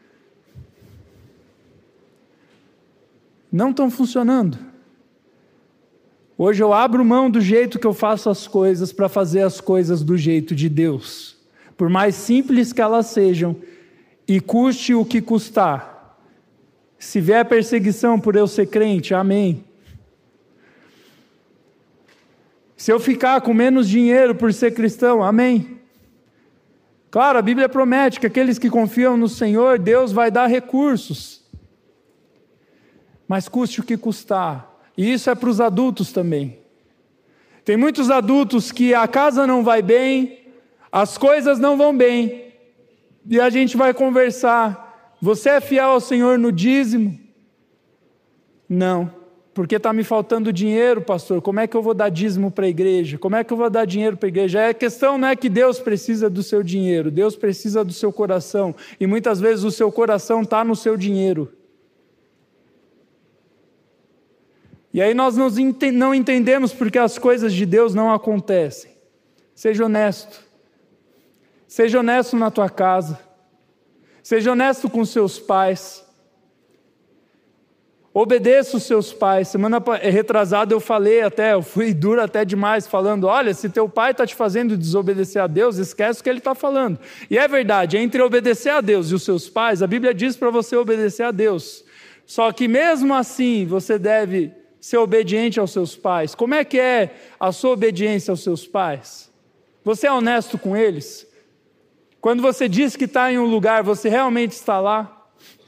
[SPEAKER 1] Não estão funcionando. Hoje eu abro mão do jeito que eu faço as coisas para fazer as coisas do jeito de Deus. Por mais simples que elas sejam, e custe o que custar. Se vier perseguição por eu ser crente, amém. Se eu ficar com menos dinheiro por ser cristão, amém. Claro, a Bíblia promete que aqueles que confiam no Senhor, Deus vai dar recursos. Mas custe o que custar, E isso é para os adultos também. Tem muitos adultos que a casa não vai bem, as coisas não vão bem, e a gente vai conversar. Você é fiel ao Senhor no dízimo? Não, porque está me faltando dinheiro, pastor. Como é que eu vou dar dízimo para a igreja? Como é que eu vou dar dinheiro para a igreja? A questão não é que Deus precisa do seu dinheiro, Deus precisa do seu coração, e muitas vezes o seu coração está no seu dinheiro. E aí nós não entendemos porque as coisas de Deus não acontecem. Seja honesto. Seja honesto na tua casa. Seja honesto com seus pais. Obedeça os seus pais. Semana retrasada eu falei até, eu fui duro até demais falando, olha, se teu pai está te fazendo desobedecer a Deus, esquece o que ele está falando. E é verdade, entre obedecer a Deus e os seus pais, a Bíblia diz para você obedecer a Deus. Só que mesmo assim você deve ser obediente aos seus pais. Como é que é a sua obediência aos seus pais? Você é honesto com eles? Quando você diz que está em um lugar, você realmente está lá?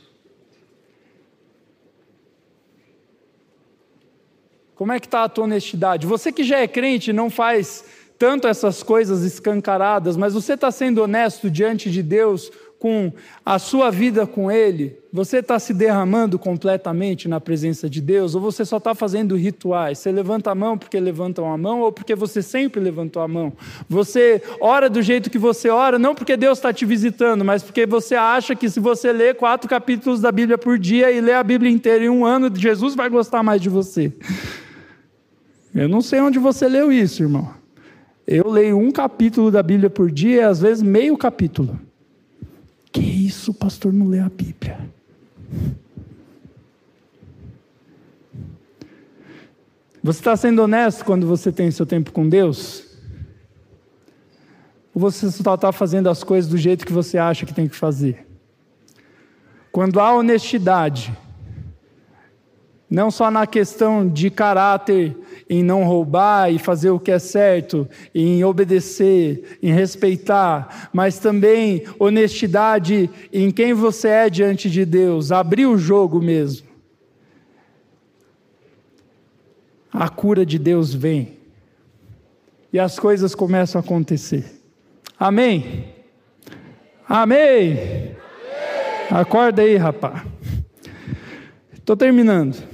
[SPEAKER 1] Como é que está a tua honestidade? Você que já é crente não faz tanto essas coisas escancaradas, mas você está sendo honesto diante de Deus com a sua vida com Ele? Você está se derramando completamente na presença de Deus? Ou você só está fazendo rituais? Você levanta a mão porque levantam a mão ou porque você sempre levantou a mão? Você ora do jeito que você ora, não porque Deus está te visitando, mas porque você acha que se você ler quatro capítulos da Bíblia por dia e ler a Bíblia inteira em um ano, Jesus vai gostar mais de você. Eu não sei onde você leu isso, irmão. Eu leio um capítulo da Bíblia por dia e às vezes meio capítulo. Que isso, o pastor não lê a Bíblia? Você está sendo honesto quando você tem seu tempo com Deus? Ou você só está fazendo as coisas do jeito que você acha que tem que fazer? Quando há honestidade, não só na questão de caráter, em não roubar e fazer o que é certo, em obedecer, em respeitar, mas também honestidade em quem você é diante de Deus, abrir o jogo mesmo. A cura de Deus vem e as coisas começam a acontecer. Amém? Amém? Amém. Acorda aí, rapaz. Estou terminando.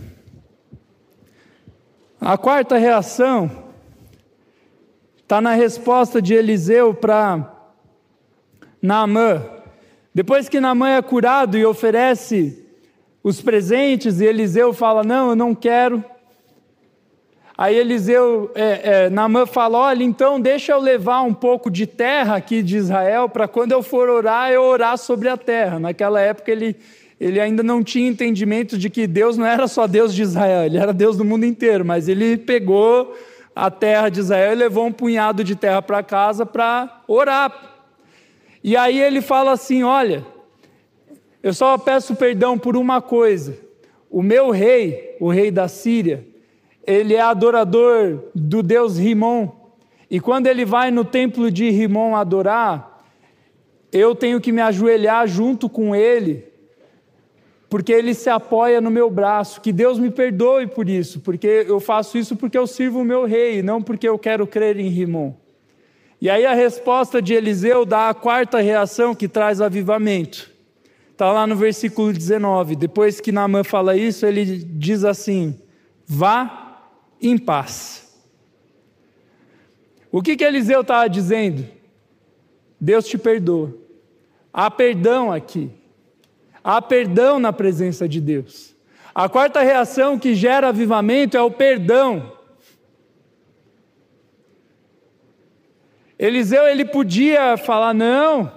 [SPEAKER 1] A quarta reação está na resposta de Eliseu para Naamã. Depois que Naamã é curado e oferece os presentes, e Eliseu fala, não, eu não quero. Aí Eliseu, é, é, Naamã fala, olha, então deixa eu levar um pouco de terra aqui de Israel, para quando eu for orar, eu orar sobre a terra. Naquela época ele... Ele ainda não tinha entendimento de que Deus não era só Deus de Israel, Ele era Deus do mundo inteiro, mas ele pegou a terra de Israel e levou um punhado de terra para casa para orar. E aí ele fala assim, olha, eu só peço perdão por uma coisa, o meu rei, o rei da Síria, ele é adorador do Deus Rimon, e quando ele vai no templo de Rimon adorar, eu tenho que me ajoelhar junto com ele, porque ele se apoia no meu braço, que Deus me perdoe por isso, porque eu faço isso porque eu sirvo o meu rei, não porque eu quero crer em Rimon. E aí a resposta de Eliseu dá a quarta reação que traz avivamento. Está lá no versículo dezenove, depois que Naamã fala isso, ele diz assim, vá em paz. O que que Eliseu estava dizendo? Deus te perdoa. Há perdão aqui. Há perdão na presença de Deus. A quarta reação que gera avivamento é o perdão. Eliseu, ele podia falar, não,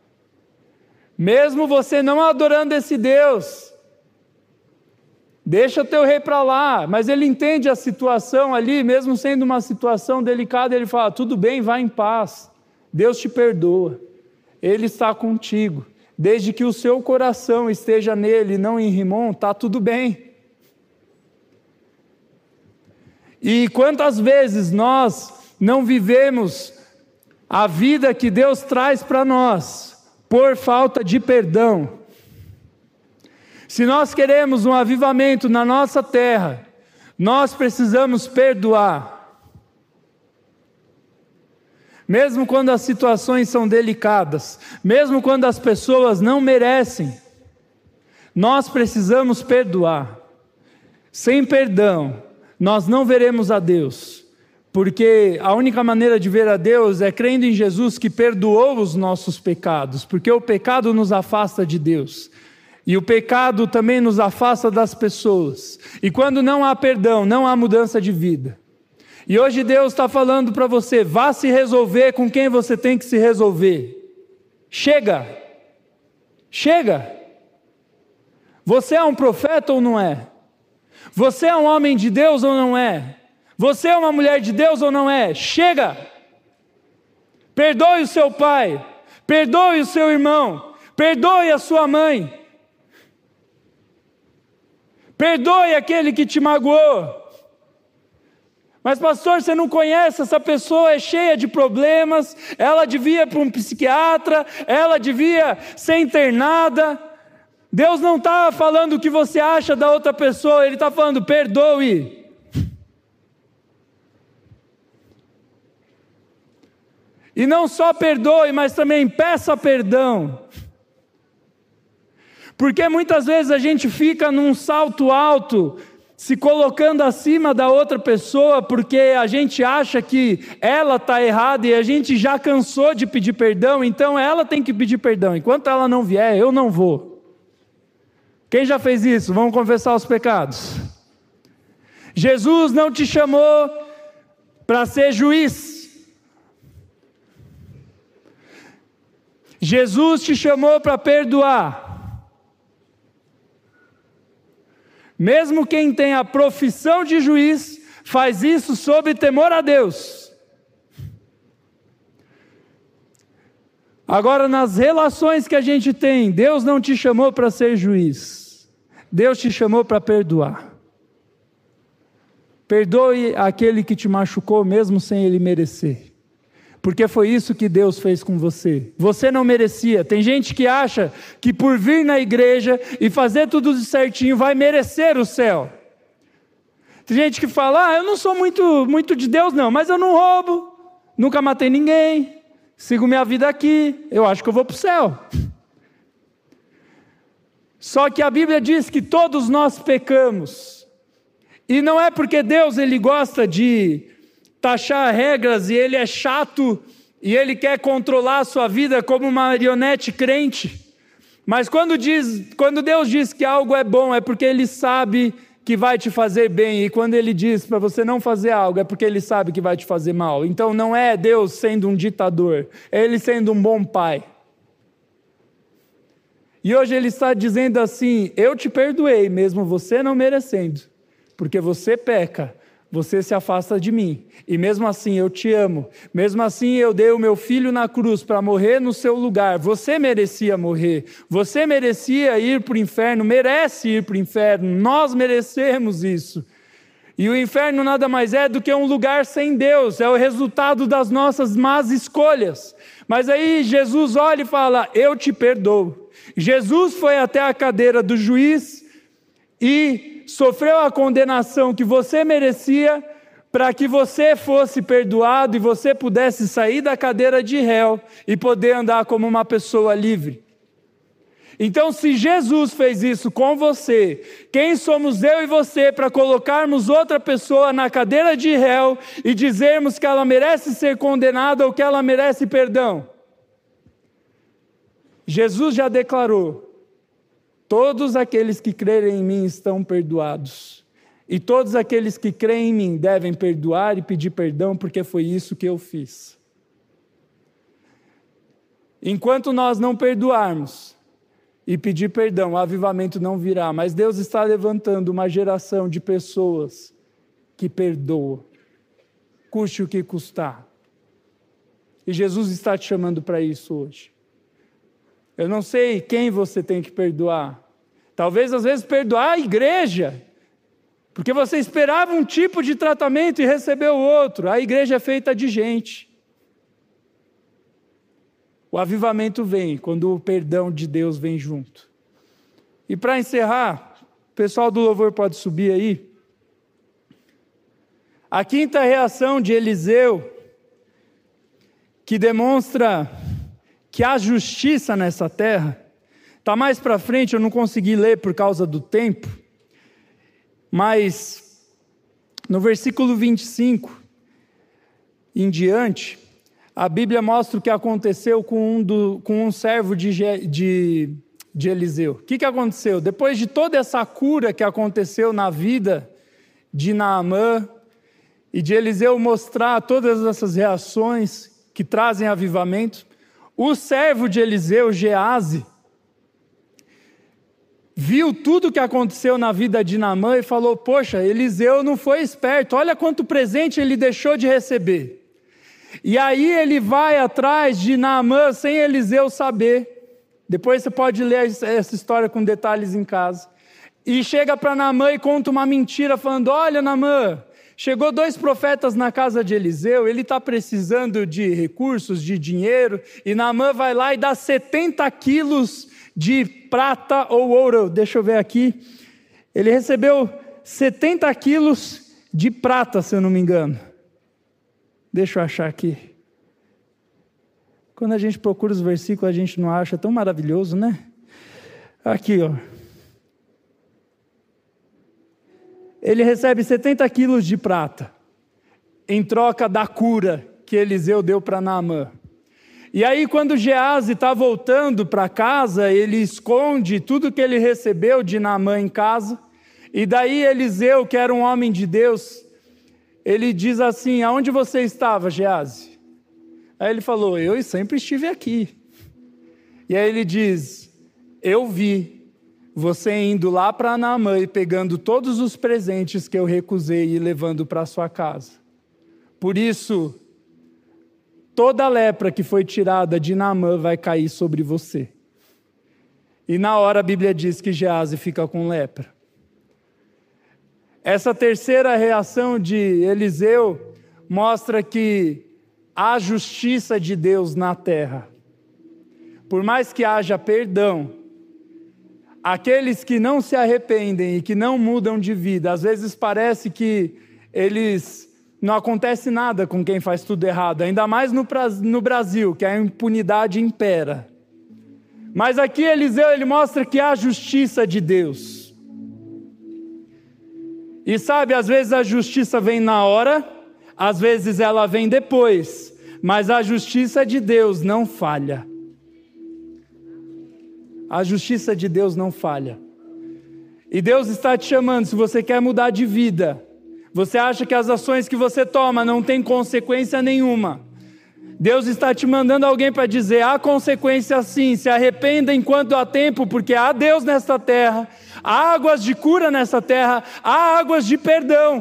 [SPEAKER 1] mesmo você não adorando esse Deus, deixa o teu rei para lá, mas ele entende a situação ali, mesmo sendo uma situação delicada, ele fala, tudo bem, vá em paz, Deus te perdoa, Ele está contigo, desde que o seu coração esteja nele, não em Rimon, está tudo bem. E quantas vezes nós não vivemos a vida que Deus traz para nós, por falta de perdão. Se nós queremos um avivamento na nossa terra, Nós precisamos perdoar. Mesmo quando as situações são delicadas, mesmo quando as pessoas não merecem, nós precisamos perdoar. Sem perdão, nós não veremos a Deus, porque a única maneira de ver a Deus é crendo em Jesus que perdoou os nossos pecados, porque o pecado nos afasta de Deus, e o pecado também nos afasta das pessoas, e quando não há perdão, não há mudança de vida. E hoje Deus está falando para você, vá se resolver com quem você tem que se resolver. Chega, chega. Você é um profeta ou não é? Você é um homem de Deus ou não é? Você é uma mulher de Deus ou não é? Chega! Perdoe o seu pai, perdoe o seu irmão, perdoe a sua mãe, perdoe aquele que te magoou. Mas pastor, você não conhece, essa pessoa é cheia de problemas, ela devia ir para um psiquiatra, ela devia ser internada. Deus não está falando o que você acha da outra pessoa, Ele está falando, perdoe. E não só perdoe, mas também peça perdão. Porque muitas vezes a gente fica num salto alto, se colocando acima da outra pessoa, porque a gente acha que ela está errada e a gente já cansou de pedir perdão, então ela tem que pedir perdão. Enquanto ela não vier, eu não vou. Quem já fez isso? Vamos confessar os pecados. Jesus não te chamou para ser juiz. Jesus te chamou para perdoar. Mesmo quem tem a profissão de juiz, faz isso sob temor a Deus. Agora, nas relações que a gente tem, Deus não te chamou para ser juiz. Deus te chamou para perdoar. Perdoe aquele que te machucou, mesmo sem ele merecer. Porque foi isso que Deus fez com você. Você não merecia. Tem gente que acha que por vir na igreja e fazer tudo certinho vai merecer o céu. Tem gente que fala, ah, eu não sou muito, muito de Deus não, mas eu não roubo, nunca matei ninguém, sigo minha vida aqui, eu acho que eu vou para o céu. Só que a Bíblia diz que todos nós pecamos. E não é porque Deus ele gosta de taxar regras e ele é chato e ele quer controlar a sua vida como uma marionete crente. Mas quando, diz, quando Deus diz que algo é bom, é porque ele sabe que vai te fazer bem. E quando ele diz para você não fazer algo, é porque ele sabe que vai te fazer mal. Então não é Deus sendo um ditador, é ele sendo um bom pai. E hoje ele está dizendo assim, eu te perdoei, mesmo você não merecendo, porque você peca. Você se afasta de mim, e mesmo assim eu te amo, mesmo assim eu dei o meu filho na cruz para morrer no seu lugar, você merecia morrer, você merecia ir para o inferno, merece ir para o inferno, nós merecemos isso, e o inferno nada mais é do que um lugar sem Deus, é o resultado das nossas más escolhas, mas aí Jesus olha e fala, eu te perdoo. Jesus foi até a cadeira do juiz, e sofreu a condenação que você merecia, para que você fosse perdoado e você pudesse sair da cadeira de réu e poder andar como uma pessoa livre. Então, se Jesus fez isso com você, quem somos eu e você para colocarmos outra pessoa na cadeira de réu e dizermos que ela merece ser condenada ou que ela merece perdão? Jesus já declarou, todos aqueles que crerem em mim estão perdoados. E todos aqueles que creem em mim devem perdoar e pedir perdão, porque foi isso que eu fiz. Enquanto nós não perdoarmos e pedir perdão, o avivamento não virá. Mas Deus está levantando uma geração de pessoas que perdoam, custe o que custar. E Jesus está te chamando para isso hoje. Eu não sei quem você tem que perdoar. Talvez, às vezes, perdoar a igreja. Porque você esperava um tipo de tratamento e recebeu outro. A igreja é feita de gente. O avivamento vem quando o perdão de Deus vem junto. E para encerrar, o pessoal do louvor pode subir aí. A quinta reação de Eliseu, que demonstra que há justiça nessa terra, está mais para frente, eu não consegui ler por causa do tempo, mas no versículo vinte e cinco em diante, a Bíblia mostra o que aconteceu com um, do, com um servo de, de, de Eliseu. O que, que aconteceu? Depois de toda essa cura que aconteceu na vida de Naamã, e de Eliseu mostrar todas essas reações que trazem avivamento, o servo de Eliseu, Geazi, viu tudo o que aconteceu na vida de Naamã e falou: poxa, Eliseu não foi esperto, olha quanto presente ele deixou de receber. E aí ele vai atrás de Naamã sem Eliseu saber. Depois você pode ler essa história com detalhes em casa. E chega para Naamã e conta uma mentira, falando: olha, Naamã, chegou dois profetas na casa de Eliseu, ele está precisando de recursos, de dinheiro, e Naamã vai lá e dá setenta quilos de prata ou ouro. Deixa eu ver aqui. Ele recebeu setenta quilos de prata, se eu não me engano. Deixa eu achar aqui. Quando a gente procura os versículos, a gente não acha, é tão maravilhoso, né? Aqui, ó. Ele recebe setenta quilos de prata, em troca da cura que Eliseu deu para Naamã. E aí, quando Geazi está voltando para casa, ele esconde tudo que ele recebeu de Naamã em casa, e daí Eliseu, que era um homem de Deus, ele diz assim: aonde você estava, Geazi? Aí ele falou: eu sempre estive aqui. E aí ele diz: eu vi você indo lá para Naamã e pegando todos os presentes que eu recusei e levando para sua casa. Por isso, toda a lepra que foi tirada de Naamã vai cair sobre você. E na hora a Bíblia diz que Geazi fica com lepra. Essa terceira reação de Eliseu mostra que há justiça de Deus na terra. Por mais que haja perdão, aqueles que não se arrependem e que não mudam de vida, às vezes parece que eles não acontece nada com quem faz tudo errado, ainda mais no, no Brasil, que a impunidade impera. Mas aqui Eliseu, ele mostra que há justiça de Deus. E sabe, às vezes a justiça vem na hora, às vezes ela vem depois, mas a justiça de Deus não falha. A justiça de Deus não falha. E Deus está te chamando, se você quer mudar de vida, você acha que as ações que você toma não têm consequência nenhuma, Deus está te mandando alguém para dizer: há consequência sim, se arrependa enquanto há tempo, porque há Deus nesta terra, há águas de cura nessa terra, há águas de perdão.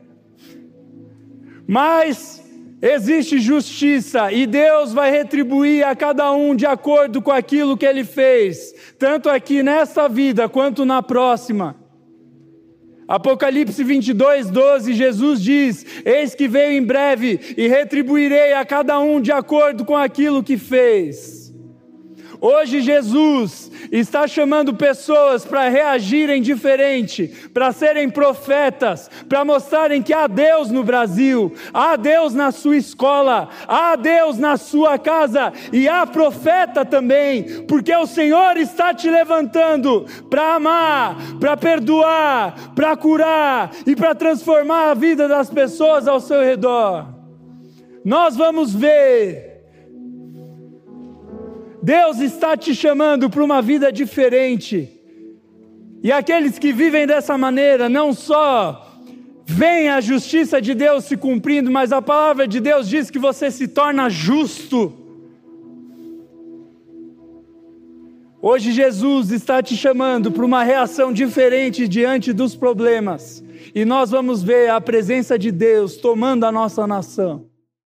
[SPEAKER 1] Mas existe justiça e Deus vai retribuir a cada um de acordo com aquilo que ele fez, tanto aqui nesta vida quanto na próxima. Apocalipse vinte e dois, doze, Jesus diz: eis que veio em breve e retribuirei a cada um de acordo com aquilo que fez. Hoje Jesus está chamando pessoas para reagirem diferente, para serem profetas, para mostrarem que há Deus no Brasil, há Deus na sua escola, há Deus na sua casa e há profeta também, porque o Senhor está te levantando para amar, para perdoar, para curar e para transformar a vida das pessoas ao seu redor. Nós vamos ver. Deus está te chamando para uma vida diferente. E aqueles que vivem dessa maneira, não só veem a justiça de Deus se cumprindo, mas a palavra de Deus diz que você se torna justo. Hoje Jesus está te chamando para uma reação diferente diante dos problemas. E nós vamos ver a presença de Deus tomando a nossa nação.